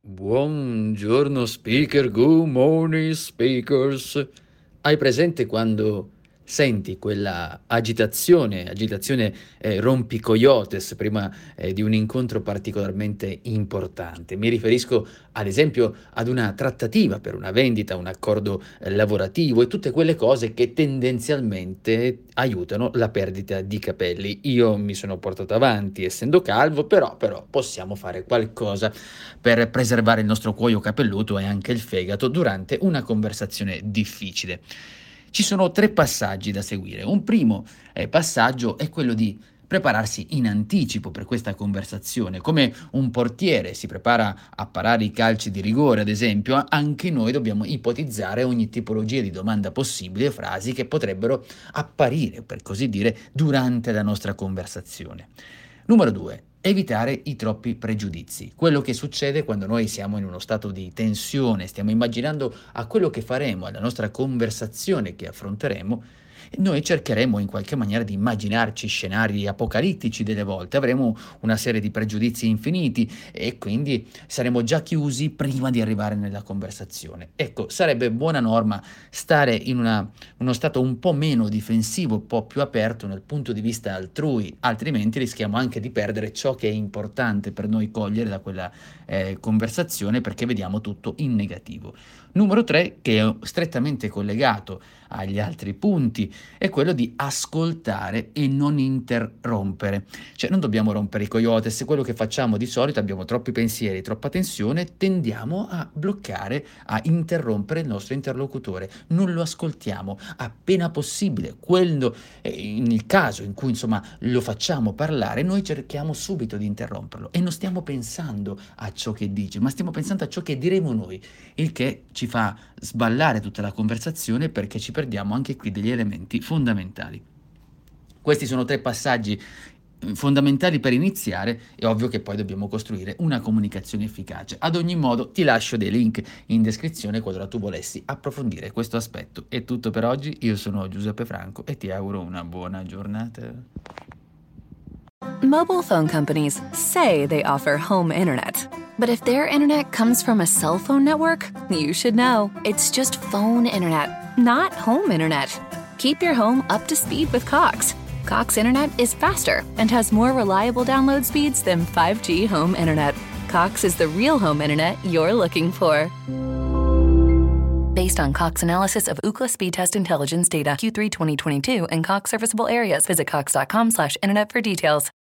Buongiorno speaker, good morning speakers. Hai presente quando senti quella agitazione, rompicoyotes prima, di un incontro particolarmente importante? Mi riferisco ad esempio ad una trattativa per una vendita, un accordo, lavorativo e tutte quelle cose che tendenzialmente aiutano la perdita di capelli. Io mi sono portato avanti essendo calvo, però possiamo fare qualcosa per preservare il nostro cuoio capelluto e anche il fegato durante una conversazione difficile. Ci sono 3 passaggi da seguire. Un primo, passaggio è quello di prepararsi in anticipo per questa conversazione. Come un portiere si prepara a parare i calci di rigore, ad esempio, anche noi dobbiamo ipotizzare ogni tipologia di domanda possibile, frasi che potrebbero apparire, per così dire, durante la nostra conversazione. Numero 2, evitare i troppi pregiudizi. Quello che succede quando noi siamo in uno stato di tensione, stiamo immaginando a quello che faremo, alla nostra conversazione che affronteremo, noi cercheremo in qualche maniera di immaginarci scenari apocalittici delle volte, avremo una serie di pregiudizi infiniti e quindi saremo già chiusi prima di arrivare nella conversazione. Ecco, sarebbe buona norma stare in uno stato un po' meno difensivo, un po' più aperto nel punto di vista altrui, altrimenti rischiamo anche di perdere ciò che è importante per noi cogliere da quella conversazione perché vediamo tutto in negativo. Numero 3, che è strettamente collegato agli altri punti, è quello di ascoltare e non interrompere. Cioè non dobbiamo rompere i coyote, se quello che facciamo di solito abbiamo troppi pensieri, troppa tensione, tendiamo a bloccare, a interrompere il nostro interlocutore, non lo ascoltiamo appena possibile. Quello, nel caso in cui insomma lo facciamo parlare, noi cerchiamo subito di interromperlo e non stiamo pensando a ciò che dice, ma stiamo pensando a ciò che diremo noi, il che ci fa sballare tutta la conversazione perché ci perdiamo anche qui degli elementi fondamentali. Questi sono 3 passaggi fondamentali per iniziare. È ovvio che poi dobbiamo costruire una comunicazione efficace. Ad ogni modo ti lascio dei link in descrizione qualora tu volessi approfondire questo aspetto. È tutto per oggi, io sono Giuseppe Franco e ti auguro una buona giornata. Mobile phone companies say they offer home internet. But if their internet comes from a cell phone network, you should know. It's just phone internet, not home internet. Keep your home up to speed with Cox. Cox internet is faster and has more reliable download speeds than 5G home internet. Cox is the real home internet you're looking for. Based on Cox analysis of Ookla speed test intelligence data Q3 2022 and Cox serviceable areas, visit cox.com/internet for details.